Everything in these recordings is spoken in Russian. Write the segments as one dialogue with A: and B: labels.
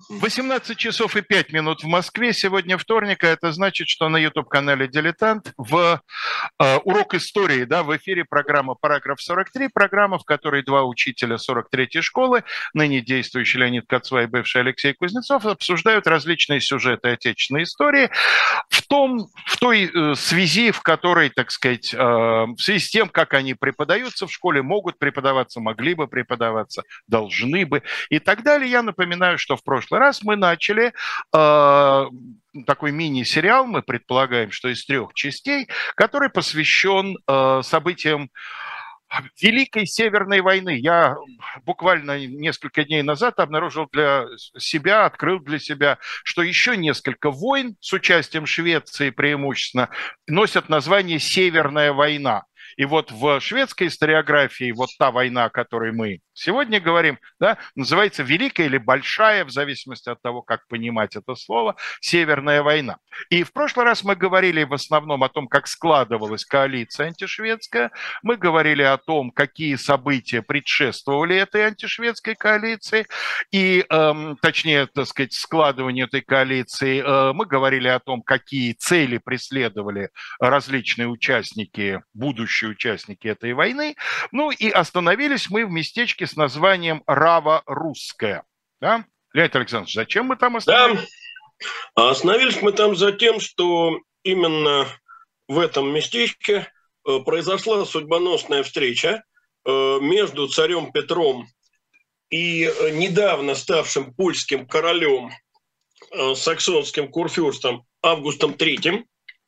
A: 18 часов и 5 минут в Москве. Сегодня вторник, а это значит, что на YouTube-канале «Дилетант» в урок истории, да, в эфире программа «Параграф 43», программа, в которой два учителя 43-й школы, ныне действующий Леонид Кацва и бывший Алексей Кузнецов, обсуждают различные сюжеты отечественной истории в той связи, в которой, так сказать, в связи с тем, как они преподаются в школе, могут преподаваться, могли бы преподаваться, должны бы и так далее. Я напоминаю, что в прошлый раз мы начали такой мини-сериал, мы предполагаем, что из 3 частей, который посвящен событиям Великой Северной войны. Я буквально несколько дней назад обнаружил для себя, открыл для себя, что еще несколько войн с участием Швеции преимущественно носят название «Северная война». И вот в шведской историографии вот та война, о которой мы сегодня говорим, да, называется Великая или Большая, в зависимости от того, как понимать это слово, Северная война. И в прошлый раз мы говорили в основном о том, как складывалась коалиция антишведская, мы говорили о том, какие события предшествовали этой антишведской коалиции, и, точнее, так сказать, складыванию этой коалиции, мы говорили о том, какие цели преследовали различные участники, будущие участники этой войны. Ну и остановились мы в местечке с названием Рава-Русская. Да? Леонид Александрович, зачем мы там остановились?
B: Да, остановились мы там за тем, что именно в этом местечке произошла судьбоносная встреча между царем Петром и недавно ставшим польским королем, саксонским курфюрстом Августом III.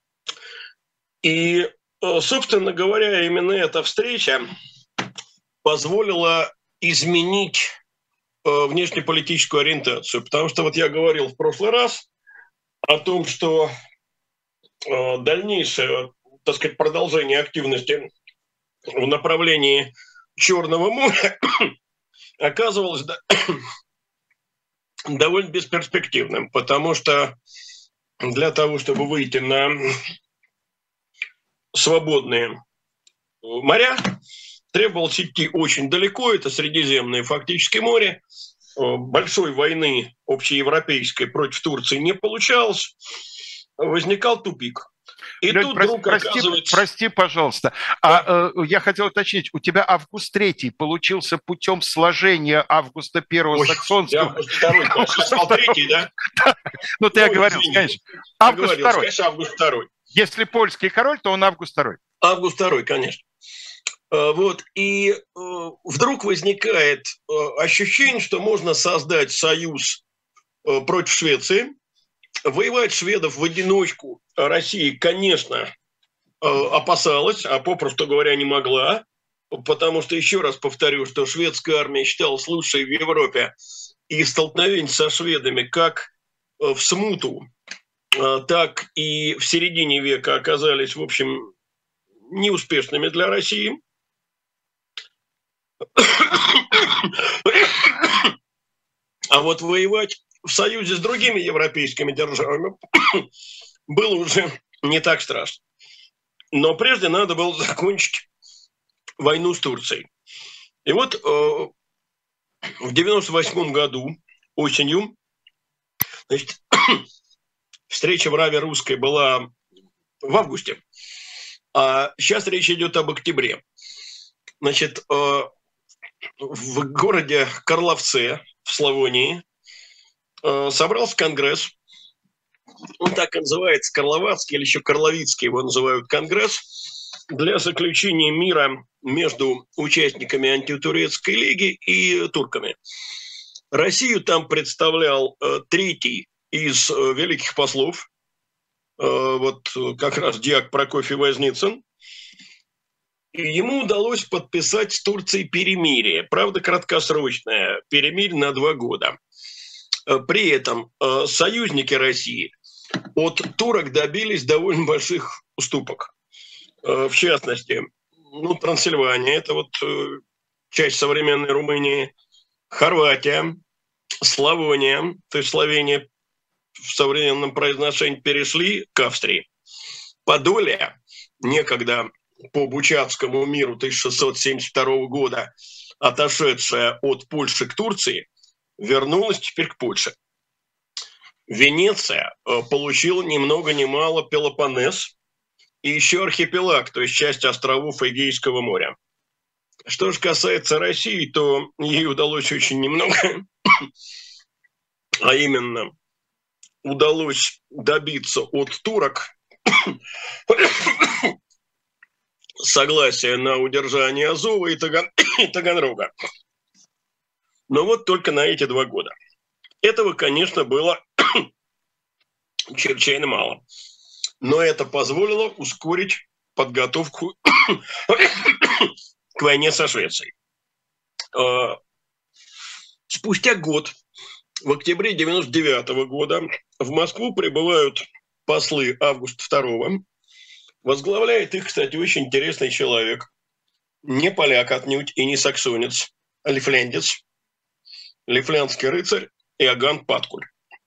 B: И, собственно говоря, именно эта встреча позволила изменить внешнеполитическую ориентацию. Потому что вот я говорил в прошлый раз о том, что дальнейшее, так сказать, продолжение активности в направлении Черного моря оказывалось довольно бесперспективным, потому что для того, чтобы выйти на свободные моря, требовалось идти очень далеко, это Средиземное фактически море. Большой войны общеевропейской против Турции не получалось, возникал тупик. И
A: Лёнь,
B: тут вдруг оказывается...
A: Прости, пожалуйста. Я хотел уточнить, у тебя Август III получился путем сложения Августа I Саксонского...
B: Август II, конечно, сказал III, да?
A: Ну, ты оговорил, конечно. Август II.
B: Конечно, Август II.
A: Если польский король, то он Август II.
B: Август II, конечно. Вот, и вдруг возникает ощущение, что можно создать союз против Швеции. Воевать шведов в одиночку Россия, конечно, опасалась, а попросту говоря, не могла, потому что, еще раз повторю, что шведская армия считалась лучшей в Европе, и столкновения со шведами как в смуту, так и в середине века оказались, в общем, неуспешными для России. А вот воевать в союзе с другими европейскими державами было уже не так страшно. Но прежде надо было закончить войну с Турцией. И вот в 1998 году, осенью, значит, встреча в Раве-Русской была в августе, а сейчас речь идет об октябре. Значит, в городе Карловце в Славонии собрался конгресс, он так и называется, Карловацкий или еще Карловицкий его называют конгресс, для заключения мира между участниками антитурецкой лиги и турками. Россию там представлял третий из великих послов, вот как раз диак Прокофий Возницын, и ему удалось подписать с Турцией перемирие, правда, краткосрочное, перемирие на 2 года. При этом союзники России от турок добились довольно больших уступок. В частности, Трансильвания, это вот часть современной Румынии, Хорватия, Славония, то есть Словения в современном произношении перешли к Австрии. Подолье, некогда по Бучатскому миру 1672 года, отошедшая от Польши к Турции, вернулась теперь к Польше. Венеция получила ни много ни мало Пелопоннес и еще архипелаг, то есть часть островов Эгейского моря. Что же касается России, то ей удалось очень немного, а именно удалось добиться от турок согласия на удержание Азова и Таганрога. Но вот только на эти 2 года. Этого, конечно, было чрезвычайно мало. Но это позволило ускорить подготовку к войне со Швецией. Спустя год, в октябре 1999 года, в Москву прибывают послы Августа II. Возглавляет их, кстати, очень интересный человек. Не поляк отнюдь и не саксонец, а лифляндец, лифляндский рыцарь Иоганн Паткуль.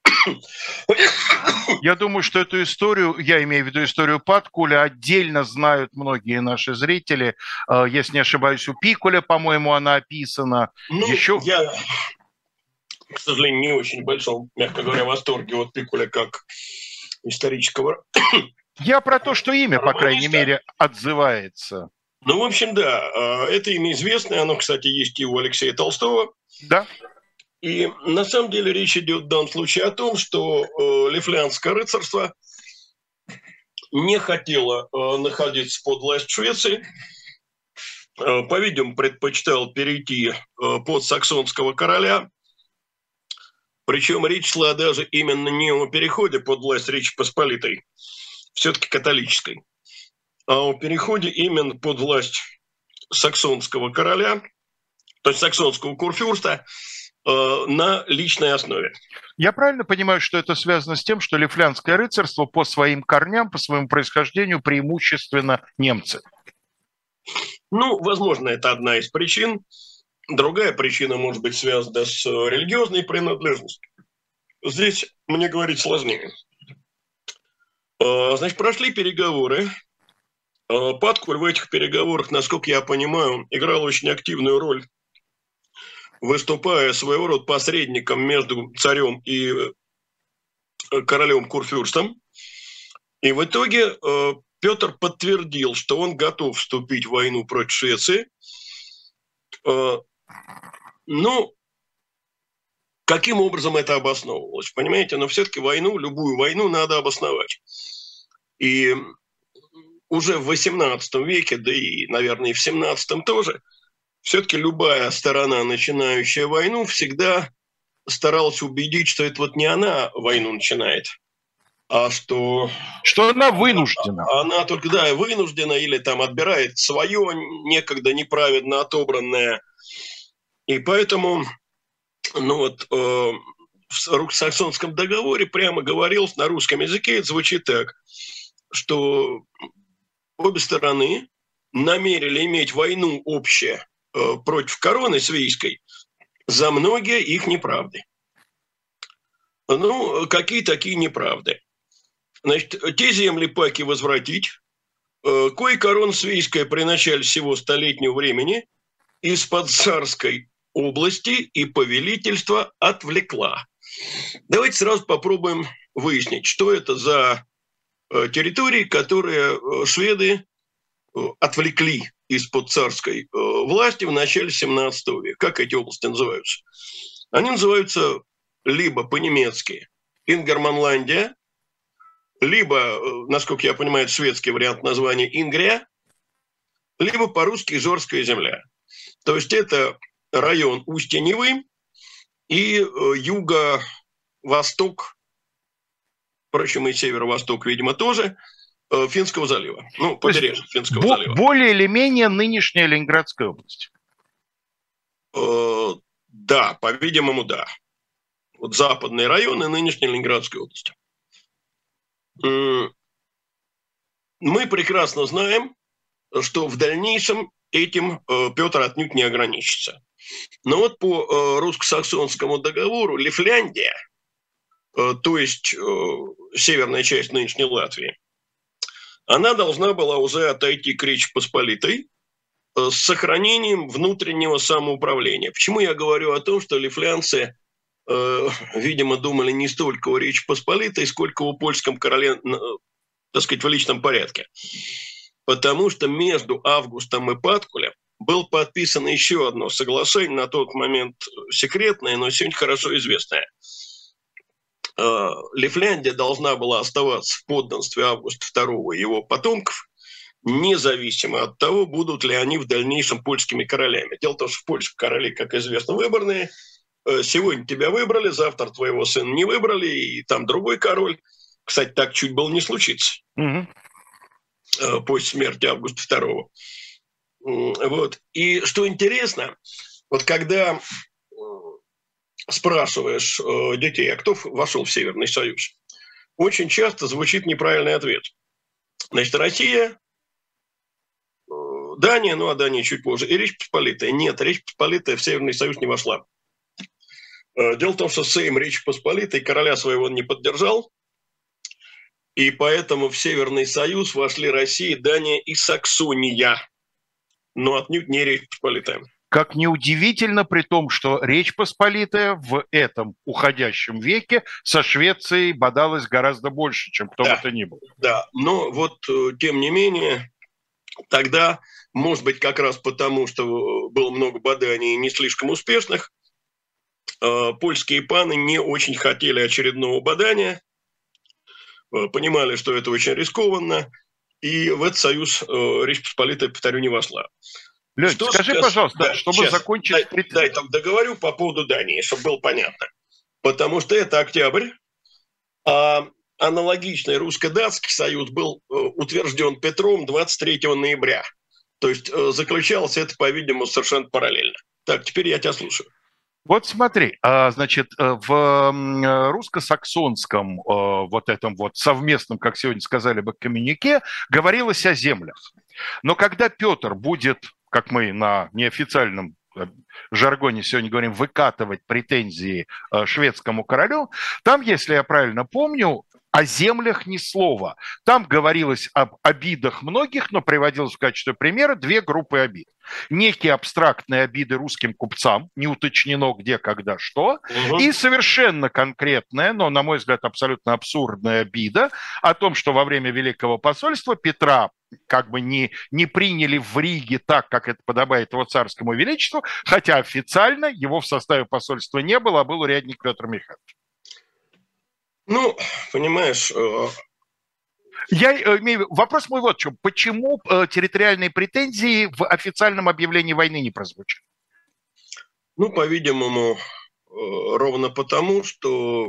A: Я думаю, что эту историю, я имею в виду историю Паткуля, отдельно знают многие наши зрители. Если не ошибаюсь, у Пикуля, по-моему, она описана.
B: Я, к сожалению, не очень большом, мягко говоря, восторге от Пикуля как исторического.
A: Я про то, что имя, по крайней мере, отзывается.
B: Ну, в общем, да, это имя известное, оно, кстати, есть и у Алексея Толстого.
A: Да.
B: И на самом деле речь идет в данном случае о том, что лифляндское рыцарство не хотело находиться под власть Швеции, по-видимому, предпочитал перейти под саксонского короля. Причем речь шла даже именно не о переходе под власть Речи Посполитой, все-таки католической, а о переходе именно под власть саксонского короля, то есть саксонского курфюрста, на личной основе.
A: Я правильно понимаю, что это связано с тем, что лифляндское рыцарство по своим корням, по своему происхождению преимущественно немцы?
B: Ну, возможно, это одна из причин. Другая причина может быть связана с религиозной принадлежностью. Здесь мне говорить сложнее. Значит, прошли переговоры. Паткуль в этих переговорах, насколько я понимаю, играл очень активную роль, выступая своего рода посредником между царем и королем Курфюрстом. И в итоге Петр подтвердил, что он готов вступить в войну против Швеции. Ну, каким образом это обосновывалось? Понимаете, но все-таки войну, любую войну надо обосновать. И уже в XVIII веке, да и, наверное, и в XVII тоже, все-таки любая сторона, начинающая войну, всегда старалась убедить, что это вот не она войну начинает, а что
A: она вынуждена.
B: Она только, да, вынуждена или там отбирает свое некогда неправедно отобранное. И поэтому, ну вот, в русско-саксонском договоре прямо говорилось на русском языке, это звучит так, что обе стороны намерили иметь войну общую против короны свейской за многие их неправды. Ну, какие такие неправды? Значит, те земли паки возвратить, кое корона свейская при начале всего столетнего времени из-под царской области и повелительства отвлекла. Давайте сразу попробуем выяснить, что это за территории, которые шведы отвлекли из-под царской власти в начале 17 века. Как эти области называются? Они называются либо по-немецки Ингерманландия, либо, насколько я понимаю, шведский вариант названия Ингрия, либо по-русски Жорская земля. То есть это район устья Невы и юго-восток, впрочем, и северо-восток, видимо, тоже, Финского залива. Ну, побережье Финского залива.
A: Более или менее нынешняя Ленинградская область.
B: Да, по-видимому, да. Вот западные районы нынешней Ленинградской области. Мы прекрасно знаем, что в дальнейшем этим Петр отнюдь не ограничится. Но вот по русско-саксонскому договору Лифляндия, то есть северная часть нынешней Латвии, она должна была уже отойти к Речи Посполитой с сохранением внутреннего самоуправления. Почему я говорю о том, что лифлянцы видимо, думали не столько о Речи Посполитой, сколько о польском короле, так сказать, в личном порядке. Потому что между Августом и Паткулем было подписано еще одно соглашение, на тот момент секретное, но сегодня хорошо известное. Лифляндия должна была оставаться в подданстве Августа II и его потомков, независимо от того, будут ли они в дальнейшем польскими королями. Дело в том, что в Польше короли, как известно, выборные. Сегодня тебя выбрали, завтра твоего сына не выбрали, и там другой король. Кстати, так чуть было не случится после смерти Августа II. Вот. И что интересно, вот когда спрашиваешь детей, а кто вошел в Северный Союз, очень часто звучит неправильный ответ. Значит, Россия, Дания, ну а Дания чуть позже, и Речь Посполитая. Нет, Речь Посполитая в Северный Союз не вошла. Дело в том, что Сейм Речи Посполитой короля своего не поддержал, и поэтому в Северный Союз вошли Россия, Дания и Саксония, но отнюдь не Речь Посполитая.
A: Как неудивительно, при том, что Речь Посполитая в этом уходящем веке со Швецией бодалась гораздо больше, чем кто бы то ни был.
B: Да, но вот тем не менее, тогда, может быть, как раз потому, что было много боданий не слишком успешных, польские паны не очень хотели очередного бадания, понимали, что это очень рискованно, и в этот союз Речь Посполитая, повторю, не вошла.
A: Лёнь, скажи, пожалуйста, да, чтобы сейчас закончить...
B: Дай там договорю по поводу Дании, чтобы было понятно. Потому что это октябрь, а аналогичный русско-датский союз был утвержден Петром 23 ноября. То есть заключалось это, по-видимому, совершенно параллельно. Так, теперь я тебя слушаю.
A: Вот смотри, значит, в русско-саксонском вот этом вот совместном, как сегодня сказали бы, коммюнике говорилось о землях. Но когда Петр будет, как мы на неофициальном жаргоне сегодня говорим, выкатывать претензии шведскому королю, там, если я правильно помню, о землях ни слова. Там говорилось об обидах многих, но приводилось в качестве примера две группы обид. Некие абстрактные обиды русским купцам, не уточнено где, когда, что, и совершенно конкретная, но, на мой взгляд, абсолютно абсурдная обида о том, что во время Великого посольства Петра как бы не приняли в Риге так, как это подобает его царскому величеству, хотя официально его в составе посольства не было, а был урядник Петр Михайлович.
B: Ну, понимаешь...
A: Вопрос мой вот в чем. Почему территориальные претензии в официальном объявлении войны не прозвучали?
B: Ну, по-видимому, ровно потому, что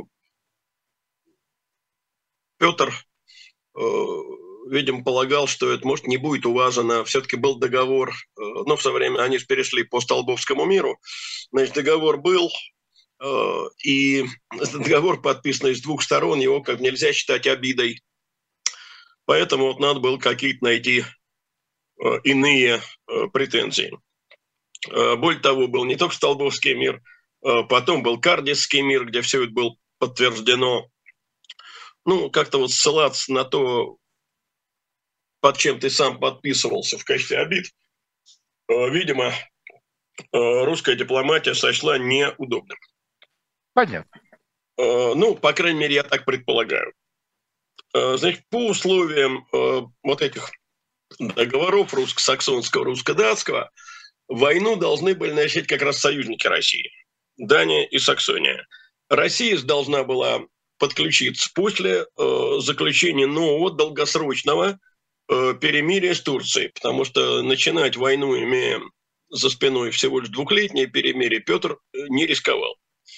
B: Петр, видимо, полагал, что это, может, не будет уважено. Все-таки был договор, но в свое время они же перешли по Столбовскому миру. Значит, договор был, и договор подписан с двух сторон, его как нельзя считать обидой. Поэтому вот надо было какие-то найти иные претензии. Более того, был не только Столбовский мир, потом был Кардисский мир, где все это было подтверждено. Ну, как-то вот ссылаться на то, под чем ты сам подписывался в качестве обид, видимо, русская дипломатия сочла неудобным.
A: Понятно.
B: Ну, по крайней мере, я так предполагаю. Значит, по условиям вот этих договоров русско-саксонского, русско-датского, войну должны были начать как раз союзники России, Дания и Саксония. Россия должна была подключиться после заключения нового долгосрочного перемирия с Турцией, потому что начинать войну, имея за спиной всего лишь двухлетнее перемирие, Петр не рисковал.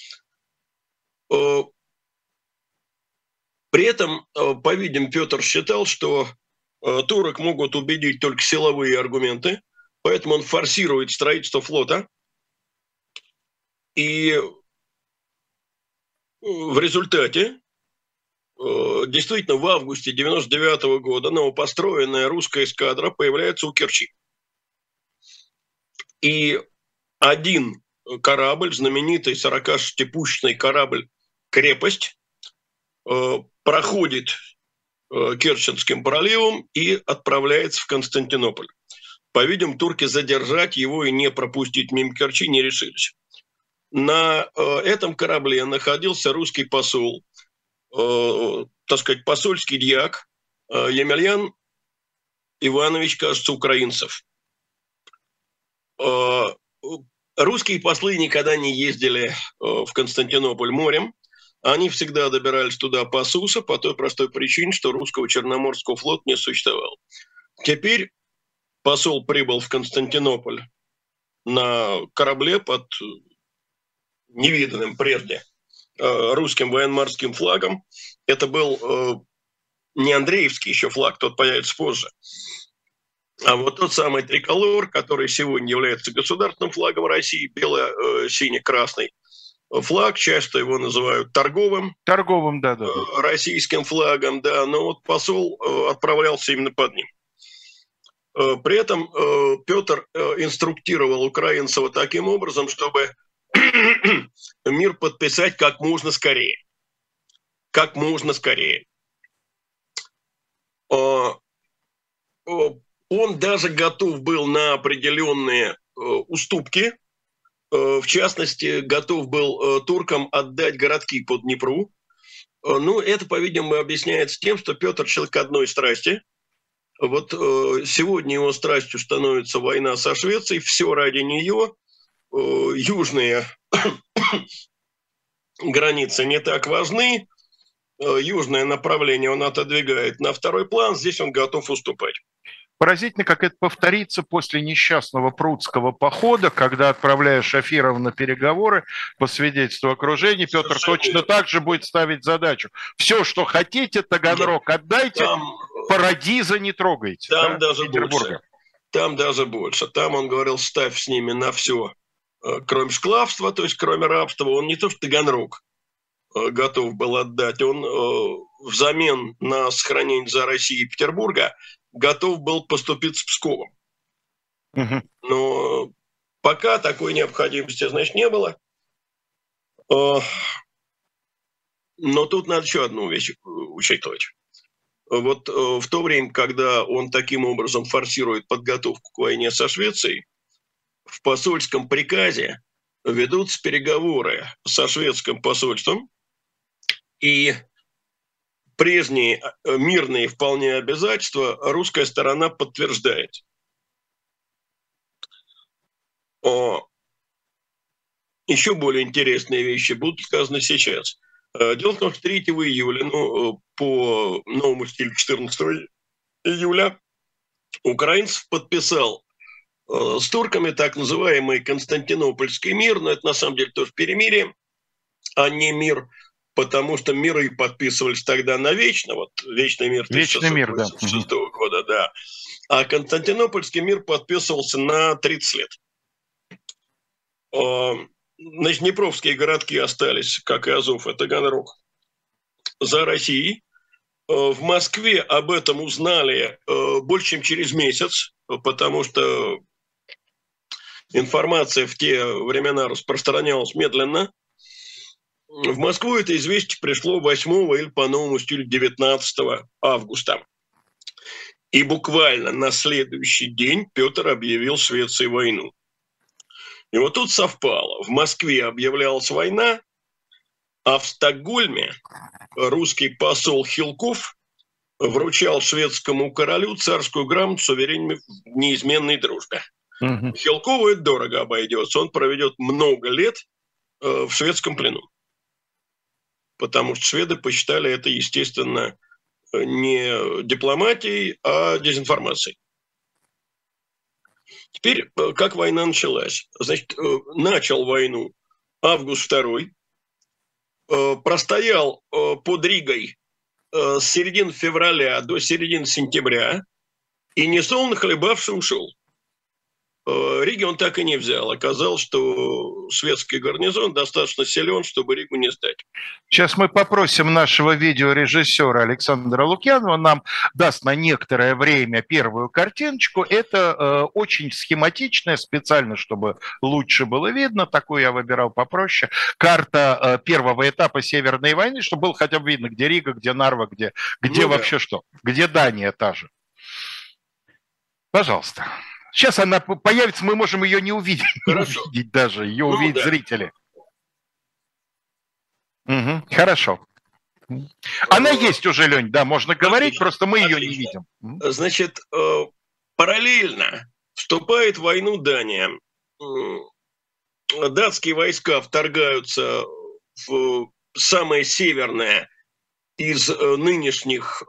B: При этом, по-видимому, Петр считал, что турок могут убедить только силовые аргументы, поэтому он форсирует строительство флота. И в результате, действительно, в августе 1999 года новопостроенная русская эскадра появляется у Керчи. И один корабль, знаменитый 46-пушечный корабль «Крепость», проходит Керченским проливом и отправляется в Константинополь. По-видимому, турки задержать его и не пропустить мимо Керчи не решились. на этом корабле находился русский посол, так сказать, посольский дьяк Емельян Иванович, кажется, Украинцев. Русские послы никогда не ездили в Константинополь морем. Они всегда добирались туда по суше по той простой причине, что русского Черноморского флота не существовало. Теперь посол прибыл в Константинополь на корабле под невиданным прежде русским военно-морским флагом. Это был не Андреевский еще флаг, тот появится позже, а вот тот самый триколор, который сегодня является государственным флагом России, бело-сине-красный флаг, часто его называют торговым.
A: Торговым, да.
B: Российским флагом, да, но вот посол отправлялся именно под ним. При этом Петр инструктировал Украинцева таким образом, чтобы мир подписать как можно скорее. Как можно скорее. Он даже готов был на определенные уступки. В частности, готов был туркам отдать городки под Днепру. Ну, это, по-видимому, объясняется тем, что Петр человек одной страсти. Вот сегодня его страстью становится война со Швецией. Все ради нее. Южные границы не так важны. Южное направление он отодвигает на второй план. Здесь он готов уступать.
A: Поразительно, как это повторится после несчастного Прудского похода, когда, отправляя Шафирова на переговоры по свидетельству окружения, Петр точно так же будет ставить задачу. Все, что хотите, Таганрог отдайте, Парадиза не трогайте.
B: Там даже больше. Там даже больше. Там он говорил, ставь с ними на все, кроме шклавства, то есть кроме рабства. Он не то что Таганрог готов был отдать, он взамен на сохранение за Россией Петербурга готов был поступить с Псковом. Но пока такой необходимости, значит, не было. Но тут надо еще одну вещь учитывать. Вот в то время, когда он таким образом форсирует подготовку к войне со Швецией, в посольском приказе ведутся переговоры со шведским посольством, и прежние мирные вполне обязательства русская сторона подтверждает. Еще более интересные вещи будут сказаны сейчас. Дело в том, что 3 июля, по новому стилю 14 июля, Украинцев подписал с турками так называемый Константинопольский мир, но это на самом деле тоже перемирие, а не мир, потому что миры подписывались тогда навечно, вот Вечный мир 1686 года, да. А Константинопольский мир подписывался на 30 лет. Значит, днепровские городки остались, как и Азов и Таганрог, за Россией. В Москве об этом узнали больше, чем через месяц, потому что информация в те времена распространялась медленно. В Москву это известие пришло 8 или по новому стилю 19 августа. И буквально на следующий день Петр объявил Швеции войну. И вот тут совпало. В Москве объявлялась война, а в Стокгольме русский посол Хилков вручал шведскому королю царскую грамоту с уверениями в неизменной дружбе. Хилкову это дорого обойдется. Он проведет много лет в шведском плену. Потому что шведы посчитали это, естественно, не дипломатией, а дезинформацией. Теперь, как война началась? Значит, начал войну август 2, простоял под Ригой с середины февраля до середины сентября и несолоно хлебавший ушел. Риги он так и не взял. Оказалось, что шведский гарнизон достаточно силен, чтобы Ригу не сдать.
A: Сейчас мы попросим нашего видеорежиссера Александра Лукьянова, нам даст на некоторое время первую картиночку. Это очень схематичная, специально, чтобы лучше было видно, такую я выбирал попроще, карта первого этапа Северной войны, чтобы было хотя бы видно, где Рига, где Нарва, где вообще что, где Дания та же. Пожалуйста. Сейчас она появится, мы можем ее не увидеть.
B: Хорошо.
A: Не увидеть даже, ее увидят зрители. Хорошо. Она есть уже, Лень, да, можно говорить, просто мы ее не видим.
B: Значит, параллельно вступает в войну Дания. Датские войска вторгаются в самое северное из нынешних,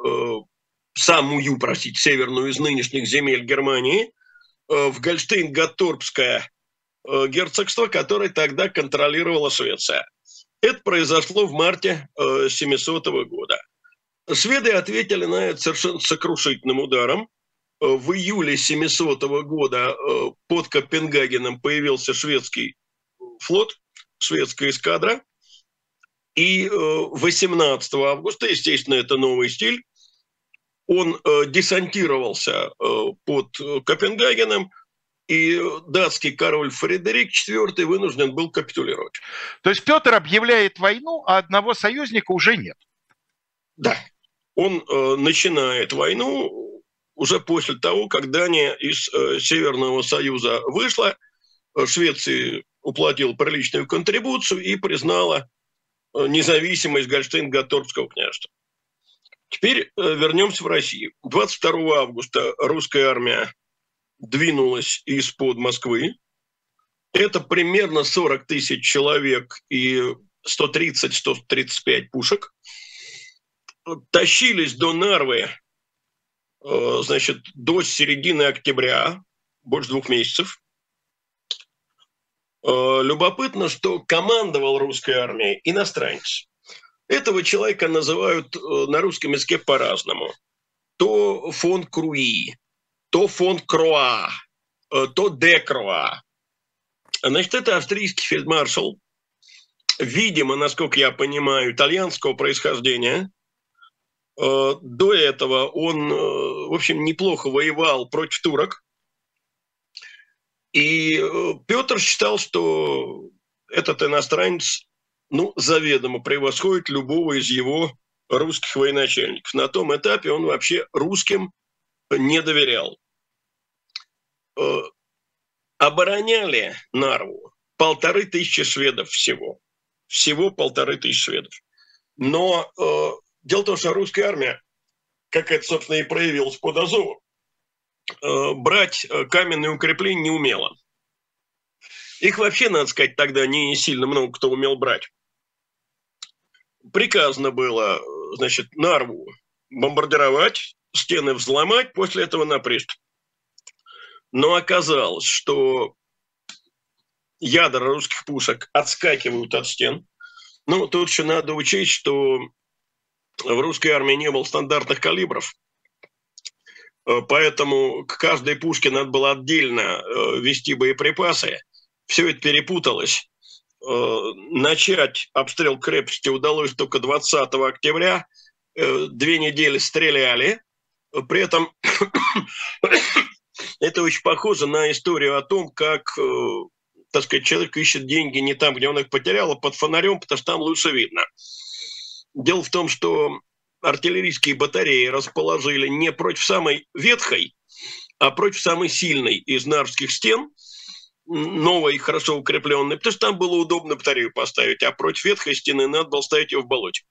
B: северную из нынешних земель Германии, в Гольштейн-Готторпское герцогство, которое тогда контролировала Швеция. Это произошло в марте 700 года. Шведы ответили на это совершенно сокрушительным ударом. В июле 700 года под Копенгагеном появился шведский флот, шведская эскадра. И 18 августа, естественно, это новый стиль, он десантировался под Копенгагеном, и датский король Фредерик IV вынужден был капитулировать.
A: То есть Петр объявляет войну, а одного союзника уже нет?
B: Да. Он начинает войну уже после того, как Дания из Северного Союза вышла. Швеция уплатила приличную контрибуцию и признала независимость Гольштейн-Готторпского княжества. Теперь вернемся в Россию. 22 августа русская армия двинулась из-под Москвы. Это примерно 40 тысяч человек и 130-135 пушек. Тащились до Нарвы, значит, до середины октября, больше 2 месяцев. Любопытно, что командовал русской армией иностранец. Этого человека называют на русском языке по-разному. То фон Круи, то фон Круа, то де Круа. Значит, это австрийский фельдмаршал, видимо, насколько я понимаю, итальянского происхождения. До этого он, в общем, неплохо воевал против турок. И Петр считал, что этот иностранец, заведомо превосходит любого из его русских военачальников. На том этапе он вообще русским не доверял. Обороняли Нарву 1500 шведов всего. Всего 1500 шведов. Но дело в том, что русская армия, как это, собственно, и проявилось под Азовом, брать каменные укрепления не умела. Их вообще, надо сказать, тогда не сильно много кто умел брать. Приказано было, значит, Нарву бомбардировать, стены взломать, после этого на приступ. Но оказалось, что ядра русских пушек отскакивают от стен. Тут еще надо учесть, что в русской армии не было стандартных калибров, поэтому к каждой пушке надо было отдельно вести боеприпасы. Все это перепуталось. Начать обстрел крепости удалось только 20 октября. 2 недели стреляли. При этом это очень похоже на историю о том, как, так сказать, человек ищет деньги не там, где он их потерял, а под фонарем, потому что там лучше видно. Дело в том, что артиллерийские батареи расположили не против самой ветхой, а против самой сильной из нарвских стен, новой и хорошо укрепленной, потому что там было удобно батарею поставить, а против ветхой стены надо было ставить ее в болоте.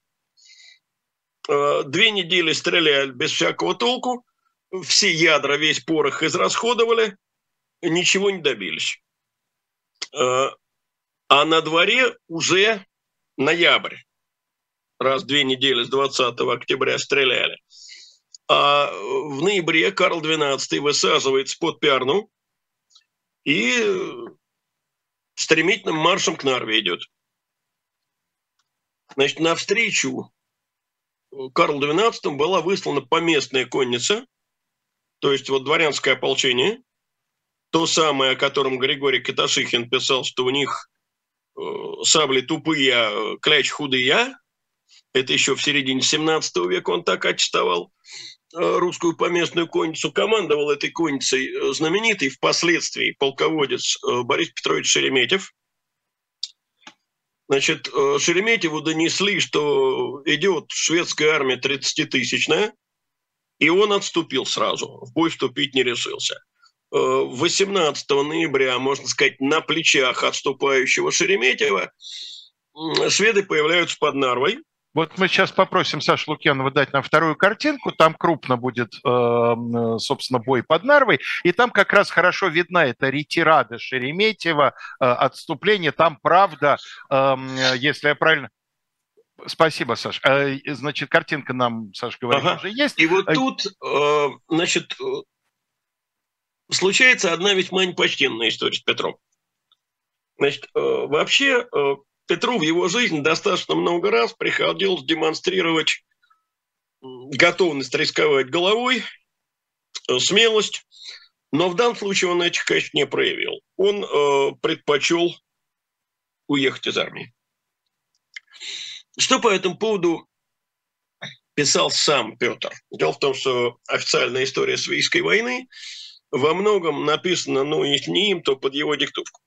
B: 2 недели стреляли без всякого толку, все ядра, весь порох израсходовали, ничего не добились. А на дворе уже ноябрь. Раз 2 недели с 20 октября стреляли. А в ноябре Карл XII высаживается под Пярну и стремительным маршем к Нарве идет. Значит, навстречу Карлу XII была выслана поместная конница, то есть вот дворянское ополчение, то самое, о котором Григорий Каташихин писал, что у них сабли тупые, а кляч худые. Это еще в середине 17 века он так аттестовал русскую поместную конницу. Командовал этой конницей знаменитый впоследствии полководец Борис Петрович Шереметьев. Значит, Шереметьеву донесли, что идет шведская армия 30-тысячная, и он отступил сразу, в бой вступить не решился. 18 ноября, можно сказать, на плечах отступающего Шереметьева шведы появляются под Нарвой.
A: Вот мы сейчас попросим Сашу Лукьянова дать нам вторую картинку. Там крупно будет, собственно, бой под Нарвой. И там как раз хорошо видна эта ретирада Шереметьева, отступление. Там, правда, если я правильно... Спасибо, Саш. Значит, картинка нам, Саша говорит, уже есть.
B: И вот тут, значит, случается одна весьма непочтенная история с Петром. Значит, вообще... Петру в его жизни достаточно много раз приходилось демонстрировать готовность рисковать головой, смелость, но в данном случае он этих качеств не проявил. Он предпочел уехать из армии. Что по этому поводу писал сам Петр? Дело в том, что официальная история Свейской войны во многом написана, ну, если не им, то под его диктовку.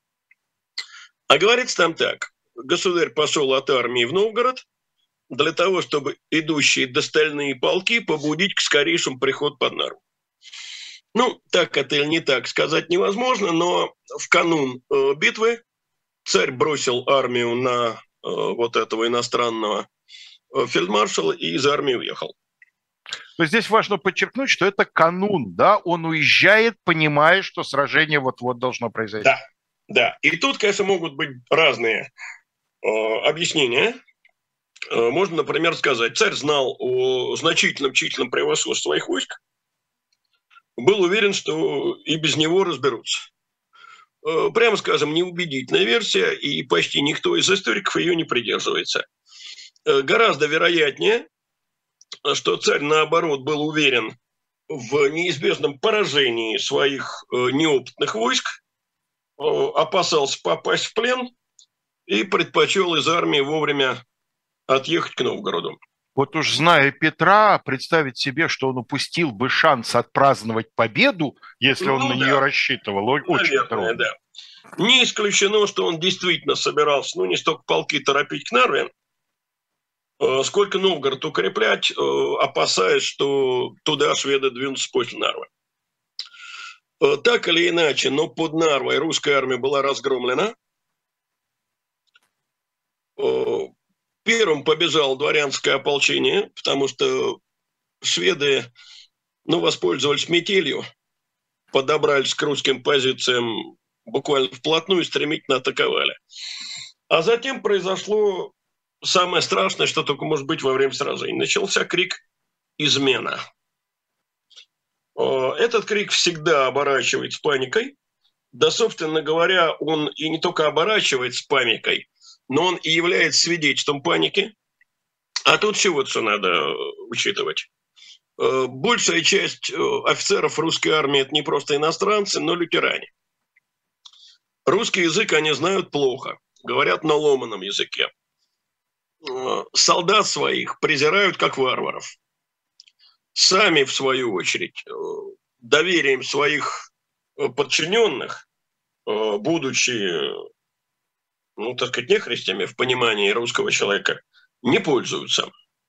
B: А говорится там так. Государь пошел от армии в Новгород для того, чтобы идущие достальные полки побудить к скорейшему приходу под Нарву. Ну, так это или не так, сказать невозможно, но в канун битвы царь бросил армию на вот этого иностранного фельдмаршала и из армии уехал.
A: Но здесь важно подчеркнуть, что это канун, да, он уезжает, понимая, что сражение вот-вот должно произойти.
B: Да, да. И тут, конечно, могут быть разные объяснения. Можно, например, сказать, царь знал о значительном численном превосходстве своих войск, был уверен, что и без него разберутся. Прямо скажем, неубедительная версия, и почти никто из историков ее не придерживается. Гораздо вероятнее, что царь, наоборот, был уверен в неизбежном поражении своих неопытных войск, опасался попасть в плен и предпочел из армии вовремя отъехать к Новгороду.
A: Вот уж зная Петра, представить себе, что он упустил бы шанс отпраздновать победу, если он на нее рассчитывал, очень трудно.
B: Да. Не исключено, что он действительно собирался, ну, не столько полки торопить к Нарве, сколько Новгород укреплять, опасаясь, что туда шведы двинутся после Нарвы. Так или иначе, но под Нарвой русская армия была разгромлена. Первым побежало дворянское ополчение, потому что шведы, ну, воспользовались метелью, подобрались к русским позициям буквально вплотную и стремительно атаковали. А затем произошло самое страшное, что только может быть во время сражений. Начался крик «Измена». Этот крик всегда оборачивается паникой. Да, собственно говоря, он и не только оборачивается паникой, но он и является свидетельством паники. А тут все вот что надо учитывать. Большая часть офицеров русской армии – это не просто иностранцы, но лютеране. Русский язык они знают плохо, говорят на ломаном языке. Солдат своих презирают как варваров. Сами, в свою очередь, доверием своих подчиненных, будучи, ну, так сказать, нехристями в понимании русского человека, не пользуются.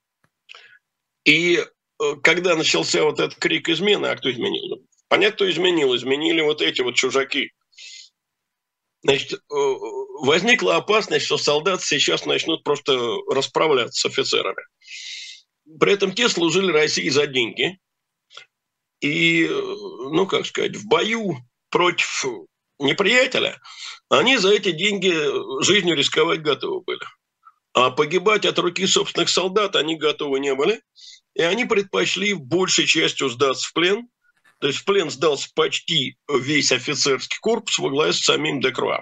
B: И когда начался вот этот крик измены, а кто изменил? Понятно, кто изменил. Изменили вот эти вот чужаки. Значит, возникла опасность, что солдаты сейчас начнут просто расправляться с офицерами. При этом те служили России за деньги. И, ну, как сказать, в бою против неприятеля они за эти деньги жизнью рисковать готовы были. А погибать от руки собственных солдат они готовы не были. И они предпочли большей частью сдаться в плен. То есть в плен сдался почти весь офицерский корпус во главе с самим Декруа.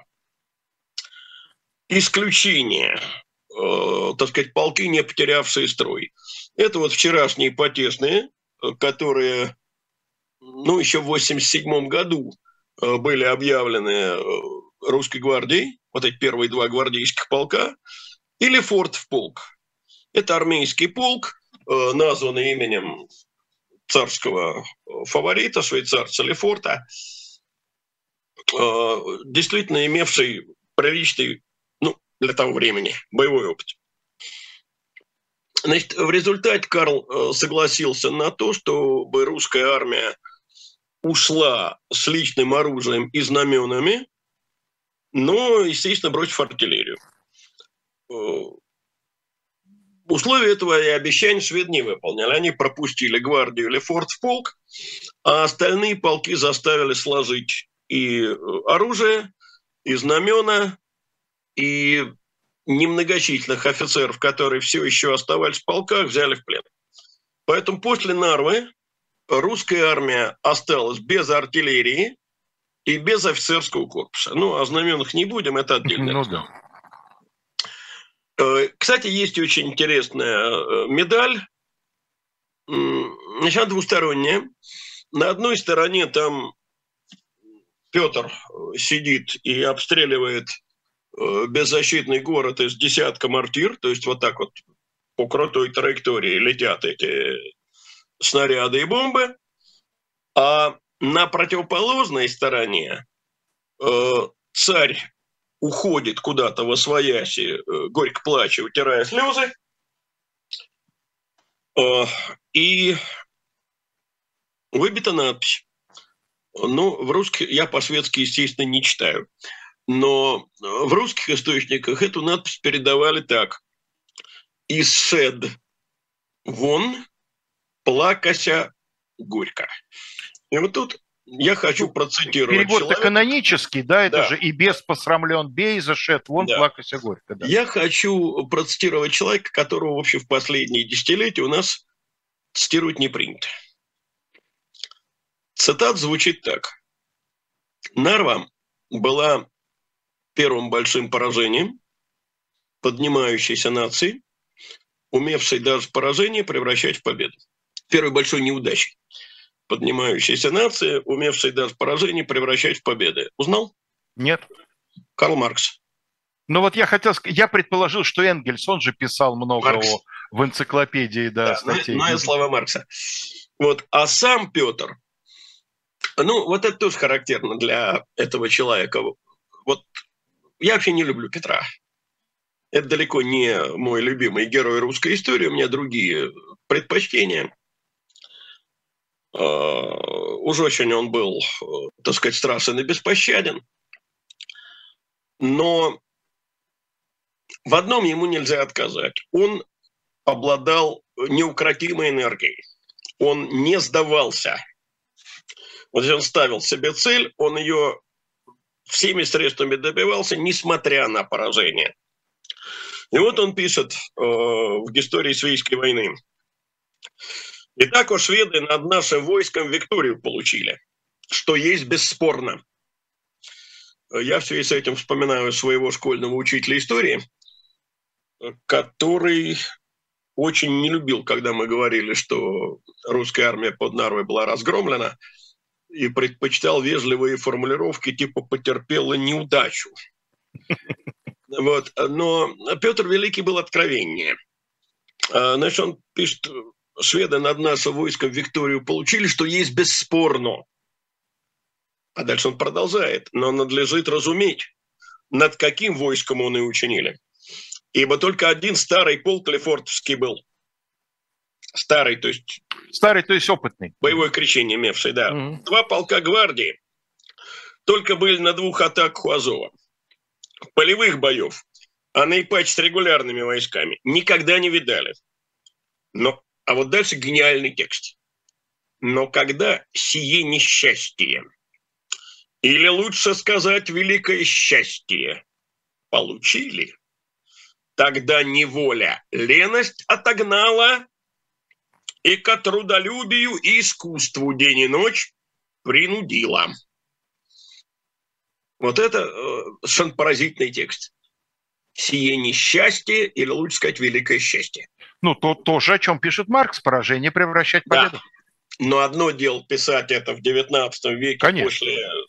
B: Исключение, так сказать, полки, не потерявшие строй. Это вот вчерашние потешные, которые, ну, еще в 1987 году были объявлены русской гвардией, вот эти первые два гвардейских полка, и Лефортов полк. Это армейский полк, названный именем царского фаворита, швейцарца Лефорта, действительно имевший приличный, ну, для того времени, боевой опыт. Значит, в результате Карл согласился на то, чтобы русская армия ушла с личным оружием и знаменами, но, естественно, бросив артиллерию. условия этого и обещания шведы не выполнили. Они пропустили гвардию Лефорт в полк, а остальные полки заставили сложить и оружие, и знамена, и немногочисленных офицеров, которые все еще оставались в полках, взяли в плен. Поэтому после Нарвы русская армия осталась без артиллерии и без офицерского корпуса. Ну, о знаменах не будем, это отдельно.
A: Ну да.
B: Кстати, есть очень интересная медаль, значит, она двусторонняя. На одной стороне там Петр сидит и обстреливает беззащитный город из десятка мортир, то есть вот так вот по крутой траектории летят эти снаряды и бомбы, а на противоположной стороне царь уходит куда-то восвояси, горько плача, утирая слезы, и выбита надпись. Ну, в русских, я по-шведски, естественно, не читаю, но в русских источниках эту надпись передавали так. «Исшед вон, плакася горько». И вот тут я хочу процитировать.
A: Перевод-то канонический, да, это
B: да.
A: же «и без посрамлен бей, зашед вон, да. Плакася горько». Да.
B: Я хочу процитировать человека, которого вообще в последние десятилетия у нас цитировать не принято. Цитат звучит так. «Нарва была первым большим поражением поднимающейся нации, умевшей даже поражение превращать в победу. Первой большой неудачей поднимающейся нации, умевшей даже поражение превращать в победы». Узнал?
A: Нет.
B: Карл Маркс.
A: Ну вот я предположил, что Энгельс, он же писал много в энциклопедии, да, статей.
B: Да, слова Маркса. Вот, а сам Петр, ну вот это тоже характерно для этого человека. Вот я вообще не люблю Петра. Это далеко не мой любимый герой русской истории, у меня другие предпочтения. Уж очень он был, так сказать, страшен и беспощаден. Но в одном ему нельзя отказать. Он обладал неукротимой энергией. Он не сдавался. Вот если он ставил себе цель, он ее всеми средствами добивался, несмотря на поражение. И вот он пишет в истории Свейской войны. «Итак, о шведы над нашим войском Викторию получили, что есть бесспорно». Я в связи с этим вспоминаю своего школьного учителя истории, который очень не любил, когда мы говорили, что русская армия под Нарвой была разгромлена, и предпочитал вежливые формулировки типа «потерпела неудачу». Вот. Но Петр Великий был откровеннее. Значит, он пишет, шведы над нашим войском Викторию получили, что есть бесспорно. А дальше он продолжает. Но надлежит разуметь, над каким войском он и учинили. Ибо только один старый полк Лефортовский был. Старый, то есть
A: опытный.
B: Боевое крещение имевший, да. 2 полка гвардии только были на 2 атаках у Азова. Полевых боев, а наипаче с регулярными войсками никогда не видали. А вот дальше гениальный текст. «Но когда сие несчастье, или лучше сказать великое счастье, получили, тогда неволя леность отогнала и к трудолюбию и искусству день и ночь принудила». Вот это совершенно поразительный текст. «Сие несчастье, или лучше сказать великое счастье».
A: Ну, то же, о чем пишет Маркс, поражение превращать в победу.
B: Да. Но одно дело писать это в XIX веке, конечно,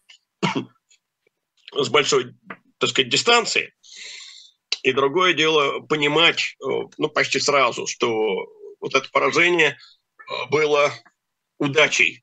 B: с большой, так сказать, дистанции, и другое дело понимать, ну, почти сразу, что вот это поражение было удачей.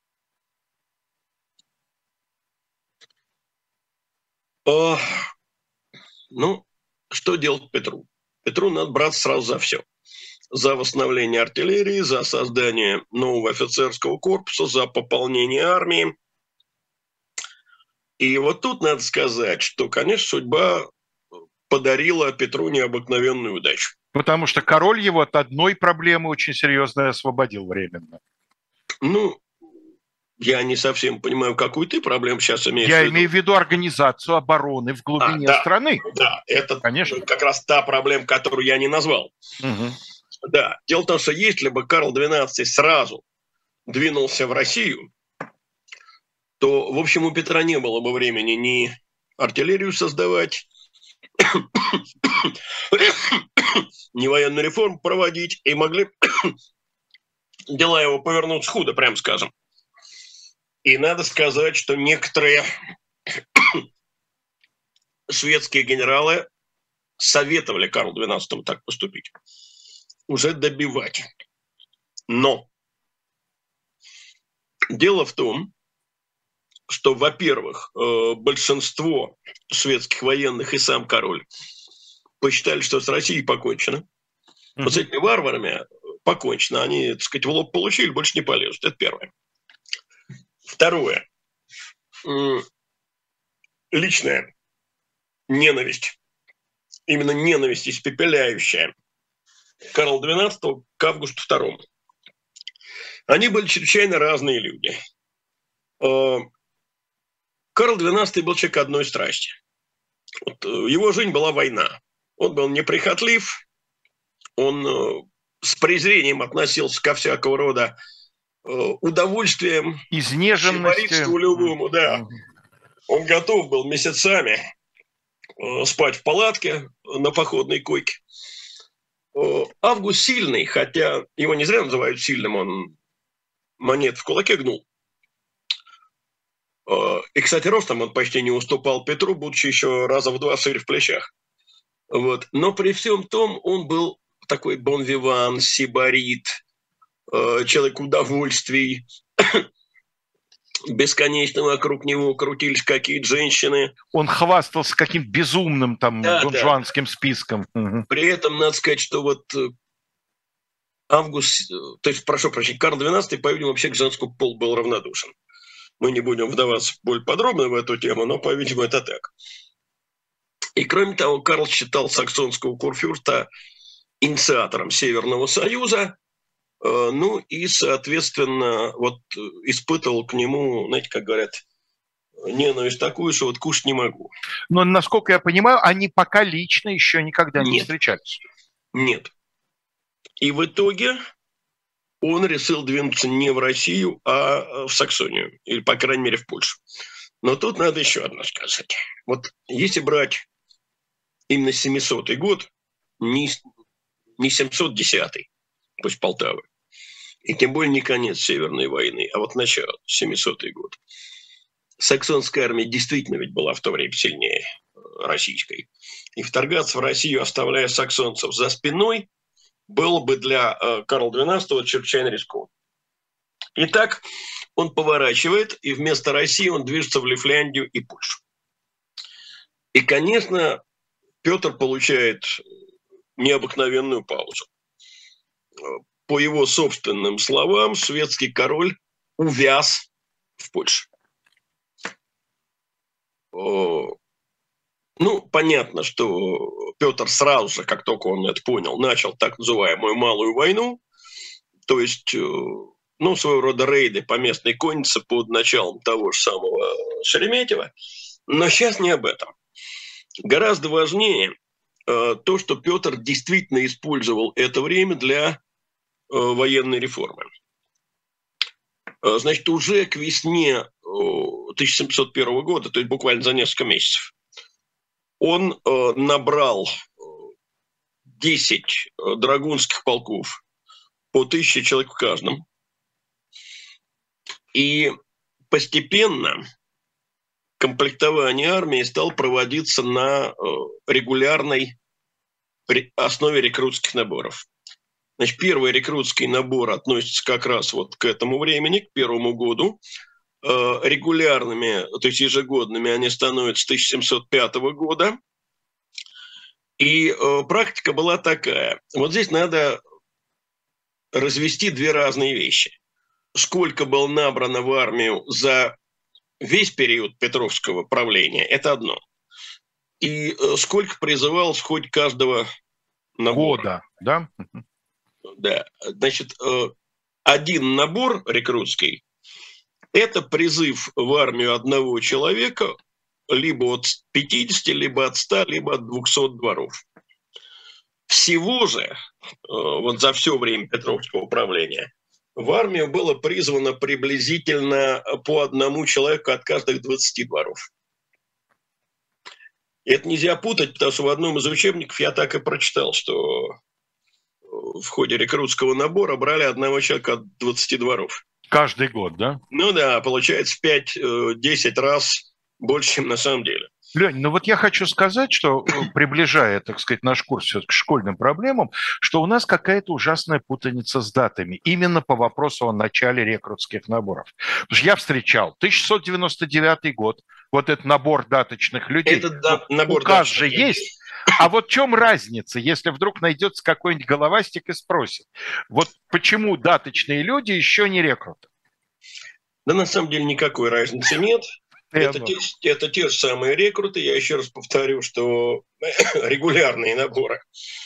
B: Ну, что делать Петру? Петру надо браться сразу за все. За восстановление артиллерии, за создание нового офицерского корпуса, за пополнение армии. И вот тут надо сказать, что, конечно, судьба подарила Петру необыкновенную удачу.
A: Потому что король его от одной проблемы очень серьезно освободил временно.
B: Ну, я не совсем понимаю, какую ты проблему сейчас имеешь в виду.
A: Я имею в виду организацию обороны в глубине страны.
B: Да, это,
A: конечно,
B: как раз та проблема, которую я не назвал.
A: Угу.
B: Да, дело в том, что если бы Карл XII сразу двинулся в Россию, то, в общем, у Петра не было бы времени ни артиллерию создавать, ни военную реформу проводить, и могли дела его повернуться худо, прям скажем. И надо сказать, что некоторые шведские генералы советовали Карлу XII так поступить, уже добивать. Но дело в том, что, во-первых, большинство шведских военных и сам король посчитали, что с Россией покончено. Вот с этими варварами покончено. Они, так сказать, в лоб получили, больше не полезут. Это первое. Второе. Личная ненависть. Именно ненависть испепеляющая Карла XII к Августу II. Они были чрезвычайно разные люди. Карл XII был человек одной страсти. Вот, его жизнь была война. Он был неприхотлив, он с презрением относился ко всякого рода удовольствиям,
A: изнеженностью
B: любому, да. Он готов был месяцами спать в палатке на походной койке. Август сильный, хотя его не зря называют сильным, он монет в кулаке гнул. И, кстати, ростом он почти не уступал Петру, будучи еще раза в два шире в плечах. Вот. Но при всем том он был такой бон-виван, сибарит, человек удовольствий. Бесконечно вокруг него крутились какие-то женщины.
A: Он хвастался каким-то безумным там донжуанским списком.
B: При этом надо сказать, что вот Август, то есть, прошу прощения, Карл XII, по-видимому, вообще к женскому полу был равнодушен. Мы не будем вдаваться более подробно в эту тему, но, по-видимому, это так. И, кроме того, Карл считал саксонского курфюрста инициатором Северного Союза, ну и, соответственно, вот испытывал к нему, знаете, как говорят, ненависть такую, что вот кушать не могу.
A: Но, насколько я понимаю, они пока лично еще никогда не встречались.
B: Нет. И в итоге он решил двинуться не в Россию, а в Саксонию, или, по крайней мере, в Польшу. Но тут надо еще одно сказать. Вот если брать именно 700-й год, не 710-й, пусть Полтавы, и тем более не конец Северной войны, а вот начало, 700-й год. Саксонская армия действительно ведь была в то время сильнее российской. И вторгаться в Россию, оставляя саксонцев за спиной, было бы для Карла XII чрезвычайно рискованно. Итак, он поворачивает, и вместо России он движется в Лифляндию и Польшу. И, конечно, Петр получает необыкновенную паузу. По его собственным словам, шведский король увяз в Польше. Ну, понятно, что Петр сразу же, как только он это понял, начал так называемую малую войну, то есть, ну, своего рода рейды по местной коннице под началом того же самого Шереметьева. Но сейчас не об этом. Гораздо важнее то, что Петр действительно использовал это время для военной реформы. Значит, уже к весне 1701 года, то есть буквально за несколько месяцев, он набрал 10 драгунских полков, по 1000 человек в каждом. И постепенно комплектование армии стало проводиться на регулярной основе рекрутских наборов. Значит, первый рекрутский набор относится как раз вот к этому времени, к первому году. Регулярными, то есть ежегодными, они становятся с 1705 года. И практика была такая. Вот здесь надо развести две разные вещи. Сколько было набрано в армию за весь период Петровского правления – это одно. И сколько призывалось хоть каждого набора?
A: Года, да?
B: Да. Значит, один набор рекрутский – это призыв в армию одного человека либо от 50, либо от 100, либо от 200 дворов. Всего же, вот за все время Петровского управления, в армию было призвано приблизительно по одному человеку от каждых 20 дворов. И это нельзя путать, потому что в одном из учебников я так и прочитал, что в ходе рекрутского набора брали одного человека от 20 дворов.
A: Каждый год, да?
B: Ну да, получается в 5-10 раз больше, чем на самом деле.
A: Лень, ну вот я хочу сказать, что, приближая, так сказать, наш курс все-таки к школьным проблемам, что у нас какая-то ужасная путаница с датами именно по вопросу о начале рекрутских наборов. Потому что я встречал 1699 год, вот этот набор даточных людей.
B: Это набор
A: указ же есть. А вот в чем разница, если вдруг найдется какой-нибудь головастик и спросит, вот почему даточные люди еще не рекруты?
B: Да на самом деле никакой разницы нет. Это те же самые рекруты. Я еще раз повторю, что регулярные наборы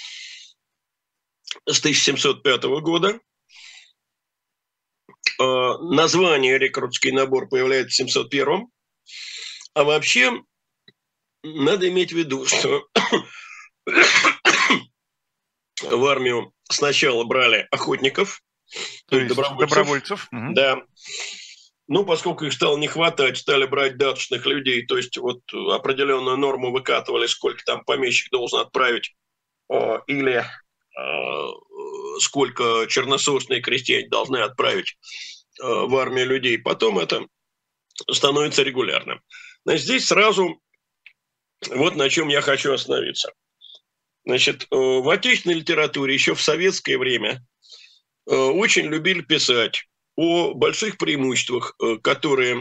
B: с 1705 года. Название рекрутский набор появляется в 701. А вообще надо иметь в виду, что в армию сначала брали охотников,
A: то есть добровольцев.
B: Да. Ну, поскольку их стало не хватать, стали брать даточных людей, то есть вот определенную норму выкатывали, сколько там помещик должен отправить, или сколько черносошные крестьяне должны отправить в армию людей. Потом это становится регулярным. Значит, здесь сразу вот на чем я хочу остановиться. Значит, в отечественной литературе еще в советское время очень любили писать о больших преимуществах, которыми,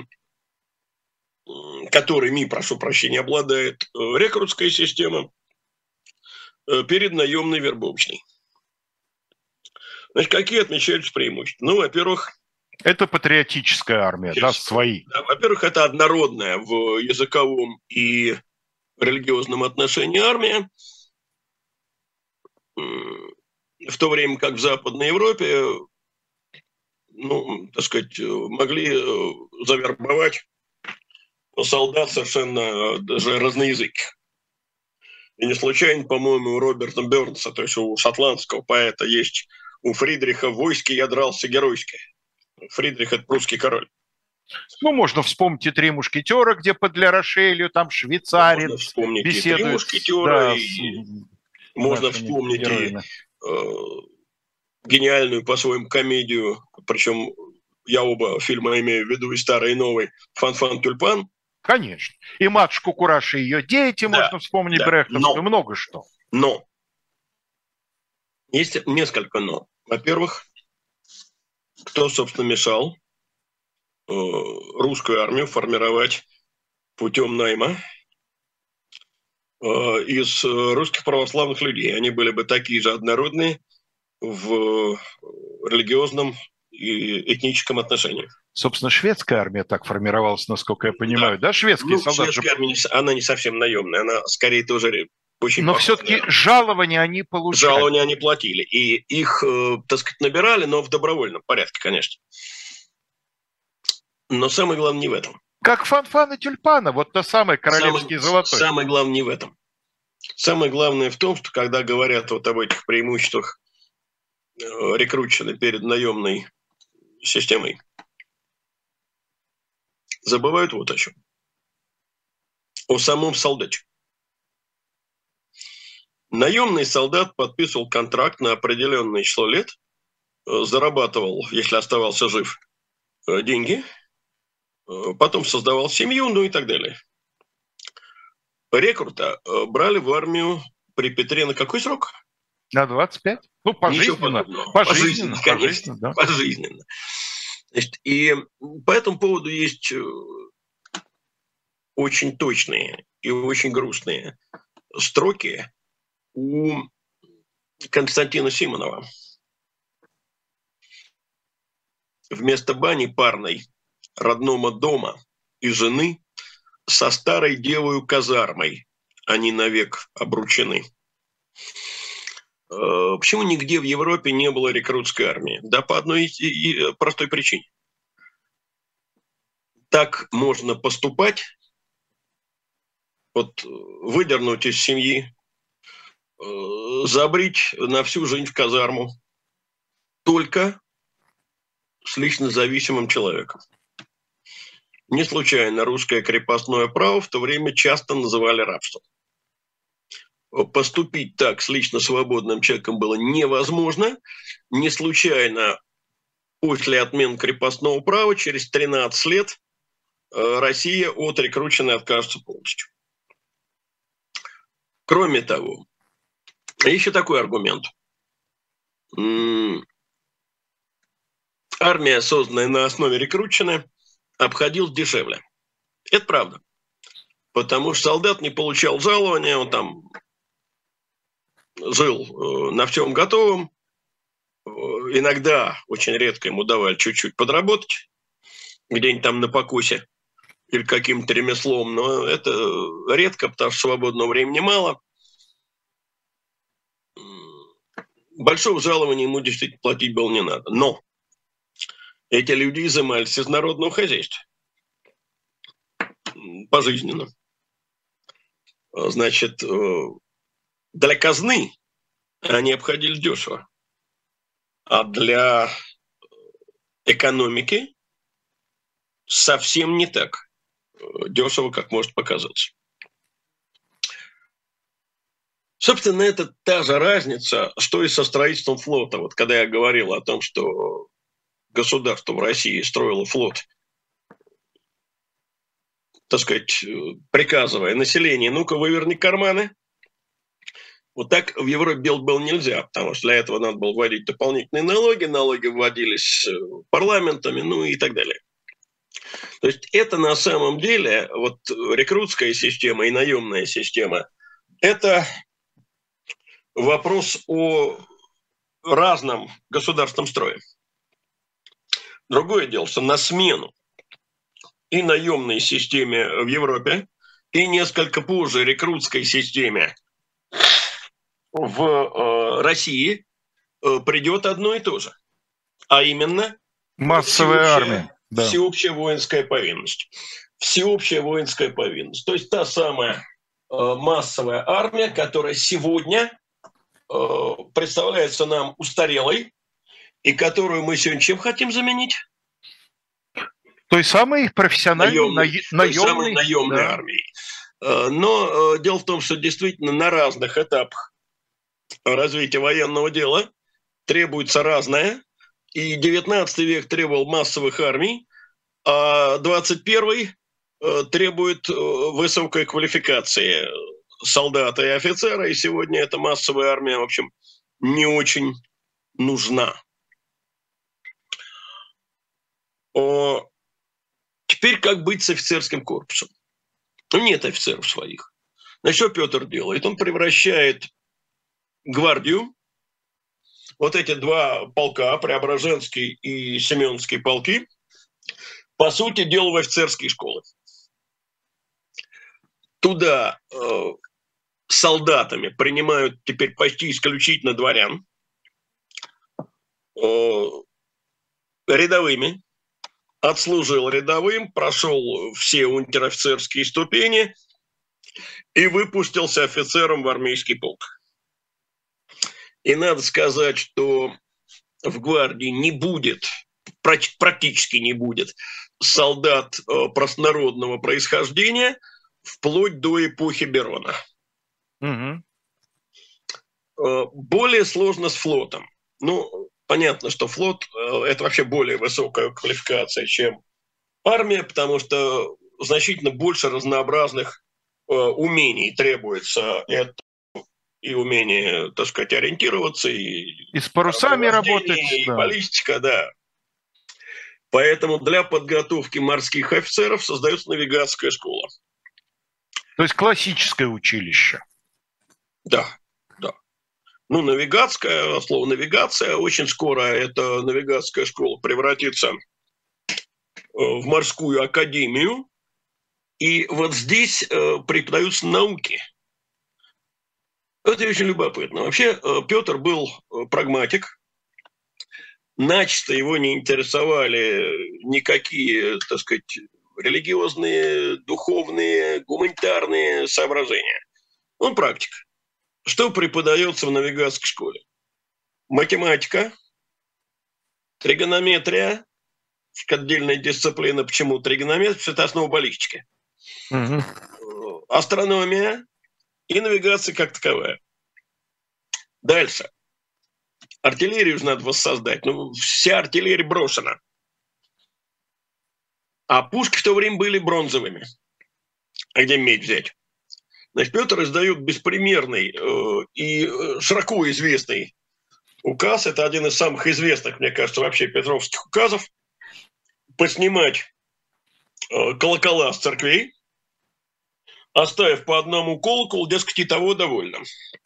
B: прошу прощения, обладает рекрутская система перед наемной вербовочной. Значит, какие отмечаются преимущества? Ну, во-первых...
A: Это патриотическая армия, да, свои.
B: Да, во-первых, это однородная в языковом и религиозном отношении армия, в то время как в Западной Европе, ну, так сказать, могли завербовать солдат совершенно даже разноязыких. И не случайно, по-моему, у Роберта Бернса, то есть у шотландского поэта, есть у Фридриха «В войске я дрался геройски». Фридрих – это прусский король.
A: Ну, можно вспомнить и «Три мушкетера», где под Ля Рошелью, там швейцарец
B: можно вспомнить
A: беседует.
B: И «Три мушкетера»,
A: да,
B: и можно вспомнить героями. И гениальную по-своему комедию, причем я оба фильма имею в виду, и старый, и новый, «Фан-фан тюльпан».
A: Конечно. И «Матушку Кураши» и ее дети, да, можно вспомнить, да. Брехтовскую, много что.
B: Но. Есть несколько «но». Во-первых, кто, собственно, мешал русскую армию формировать путем найма из русских православных людей? Они были бы такие же однородные в религиозном и этническом отношении.
A: Собственно, шведская армия так формировалась, насколько я понимаю, да? Шведские солдаты.
B: Шведская армия, она не совсем наемная, она скорее тоже очень...
A: Но все-таки жалования они получали.
B: Жалования они платили. И их, так сказать, набирали, но в добровольном порядке, конечно. Но самое главное не в этом.
A: Как «Фан-фан» и «Тюльпана», вот то самое королевский золотой.
B: Самое главное не в этом. Самое главное в том, что когда говорят вот об этих преимуществах рекрутчины перед наемной системой, забывают вот о чем. О самом солдате. Наемный солдат подписывал контракт на определенное число лет, зарабатывал, если оставался жив, деньги, потом создавал семью, ну и так далее. Рекрута брали в армию при Петре на какой срок?
A: На 25. Ну, пожизненно.
B: Пожизненно, конечно. Да. Пожизненно. Значит, и по этому поводу есть очень точные и очень грустные строки у Константина Симонова. Вместо бани парной, родного дома и жены со старой девою казармой они навек обручены. Почему нигде в Европе не было рекрутской армии? Да по одной простой причине. Так можно поступать, вот выдернуть из семьи, забрить на всю жизнь в казарму только с лично зависимым человеком. Не случайно русское крепостное право в то время часто называли рабством. Поступить так с лично свободным человеком было невозможно. Не случайно после отмены крепостного права через 13 лет Россия от рекрученной откажется полностью. Кроме того, еще такой аргумент. Армия, созданная на основе рекрутчины, обходилась дешевле. Это правда. Потому что солдат не получал жалования, он там жил на всем готовом. Иногда, очень редко ему давали чуть-чуть подработать, где-нибудь там на покосе или каким-то ремеслом, но это редко, потому что свободного времени мало. Большого жалования ему действительно платить было не надо. Но эти люди изымались из народного хозяйства пожизненно. Значит, для казны они обходились дешево, а для экономики совсем не так дешево, как может показаться. Собственно, это та же разница, что и со строительством флота. Вот когда я говорил о том, что государство в России строило флот, так сказать, приказывая население, ну-ка, выверни карманы. Вот так в Европе делать было нельзя, потому что для этого надо было вводить дополнительные налоги, налоги вводились парламентами, ну и так далее. То есть это на самом деле, вот рекрутская система и наемная система, это вопрос о разном государственном строе. Другое дело, что на смену и наемной системе в Европе, и несколько позже рекрутской системе в России придет одно и то же. А именно
A: массовая армия. Да.
B: Всеобщая воинская повинность. Всеобщая воинская повинность. То есть та самая массовая армия, которая сегодня представляется нам устарелой, и которую мы сегодня чем хотим заменить?
A: Той самой профессиональной
B: наемной армией. Но дело в том, что действительно на разных этапах развития военного дела требуется разное. И 19 век требовал массовых армий, а 21 требует высокой квалификации солдата и офицера. И сегодня эта массовая армия, в общем, не очень нужна. Теперь как быть с офицерским корпусом? Ну, нет офицеров своих. Значит, что Петр делает? Он превращает гвардию, вот эти два полка, Преображенский и Семеновский полки, по сути дела, в офицерские школы. Туда солдатами принимают теперь почти исключительно дворян, рядовыми. Отслужил рядовым, прошел все унтер-офицерские ступени и выпустился офицером в армейский полк. И надо сказать, что в гвардии не будет, практически не будет солдат простонародного происхождения вплоть до эпохи Берона.
A: Угу.
B: Более сложно с флотом. Ну, понятно, что флот – это вообще более высокая квалификация, чем армия, потому что значительно больше разнообразных умений требуется. Это и умение, так сказать, ориентироваться, и
A: с парусами работать,
B: и баллистика, да. Поэтому для подготовки морских офицеров создается навигатская школа.
A: То есть классическое училище.
B: Да, да. Ну, навигатская, слово навигация, очень скоро эта навигатская школа превратится в морскую академию. И вот здесь преподаются науки. Это очень любопытно. Вообще Петр был прагматик. Начисто его не интересовали никакие, так сказать, религиозные, духовные, гуманитарные соображения. Он практик. Что преподается в навигатской школе? Математика, тригонометрия, отдельная дисциплина. Почему тригонометрия? Это основа баллистики. Угу. Астрономия и навигация как таковая. Дальше. Артиллерию же надо воссоздать. Ну, вся артиллерия брошена. А пушки в то время были бронзовыми. А где медь взять? Значит, Петр издает беспримерный и широко известный указ. Это один из самых известных, мне кажется, вообще петровских указов. Поснимать колокола с церквей, оставив по одному колоколу, дескать, и того довольно.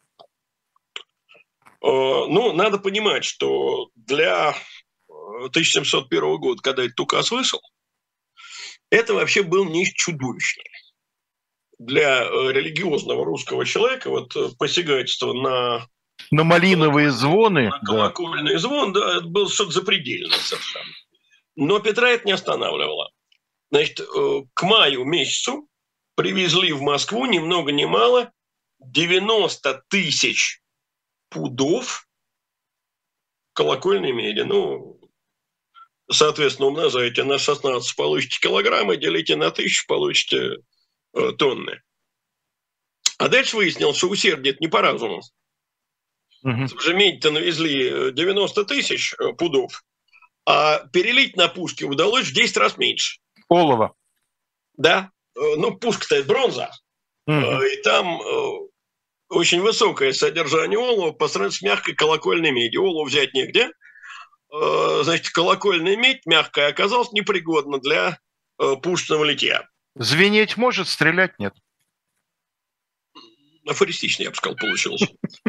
B: Ну, надо понимать, что для 1701 года, когда этот указ вышел, это вообще был нечто чудовищное. Для религиозного русского человека вот посягательство на
A: малиновые звоны,
B: на колокольный звон, да, это было что-то запредельное совершенно. Но Петра это не останавливало. Значит, к маю месяцу привезли в Москву ни много ни мало 90 тысяч пудов колокольной меди. Ну, соответственно, умножаете на 16, получите килограммы, делите на 1000, получите тонны. А дальше выяснилось, что усердие не по разуму. Уже медь-то навезли 90 тысяч пудов, а перелить на пушки удалось в 10 раз меньше.
A: Олово.
B: Да. Ну, пушка-то это бронза. И там очень высокое содержание олова по сравнению с мягкой колокольной медью. Олово взять негде. Значит, колокольная медь мягкая оказалась непригодна для пушечного литья.
A: Звенеть может, стрелять нет.
B: Афористично, я бы сказал, получилось.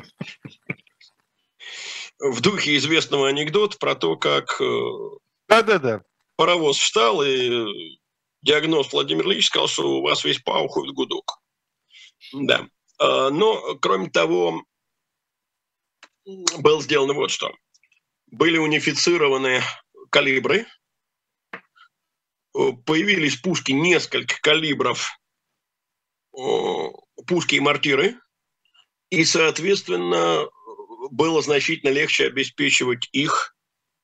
B: В духе известного анекдота про то, как паровоз встал, и диагноз Владимир Ильич сказал, что у вас весь ПАО уходит в гудок. Да. Но, кроме того, было сделано вот что. Были унифицированы калибры, появились пушки несколько калибров, пушки и мортиры, и, соответственно, было значительно легче обеспечивать их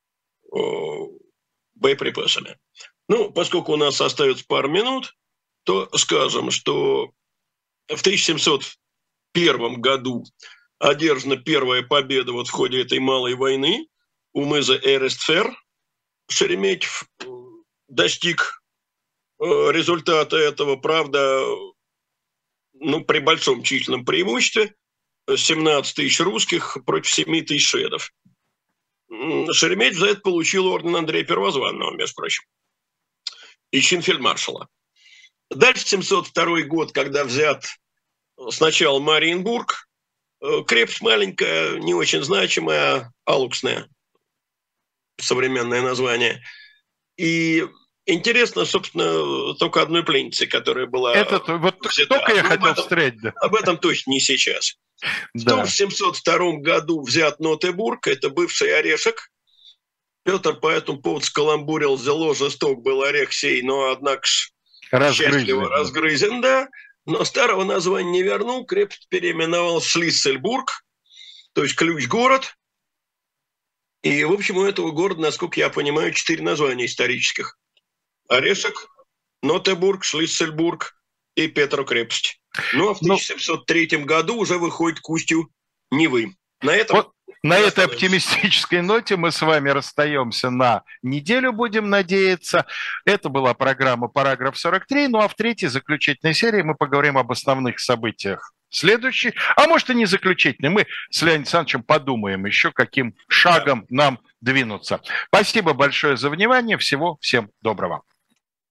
B: боеприпасами. Ну, поскольку у нас остается пару минут, то скажем, что в 1701 году одержана первая победа вот в ходе этой малой войны у мыза Эрестфер. Шереметьев достиг результата этого, правда, ну, при большом численном преимуществе. 17 тысяч русских против 7 тысяч шведов. Шереметьев за это получил орден Андрея Первозванного, между прочим, и чин фельдмаршала. Дальше 702 год, когда взят сначала Мариенбург, крепость маленькая, не очень значимая, Алуксная, современное название. И интересно, собственно, только одной пленницы, которая была
A: вот взята. Только я хотел встретить. Да.
B: Об этом точно не сейчас. Да. В 702 году взят Нотебург, это бывший Орешек. Петр по этому поводу скаламбурил, зело жесток был орех сей, но, однако ж, счастливо разгрызен, да. Но старого названия не вернул, крепость переименовал Шлиссельбург, то есть ключ-город. И, в общем, у этого города, насколько я понимаю, 4 названия исторических. Орешек, Нотебург, Шлиссельбург и Петрокрепость. Ну, а в 1703 году уже выходит к устью Невы. На
A: этой оптимистической ноте мы с вами расстаемся на неделю, будем надеяться. Это была программа «Параграф 43». Ну а в третьей заключительной серии мы поговорим об основных событиях следующей. А может и не заключительной. Мы с Леонидом Александровичем подумаем еще, каким шагом нам двинуться. Спасибо большое за внимание. Всего всем доброго.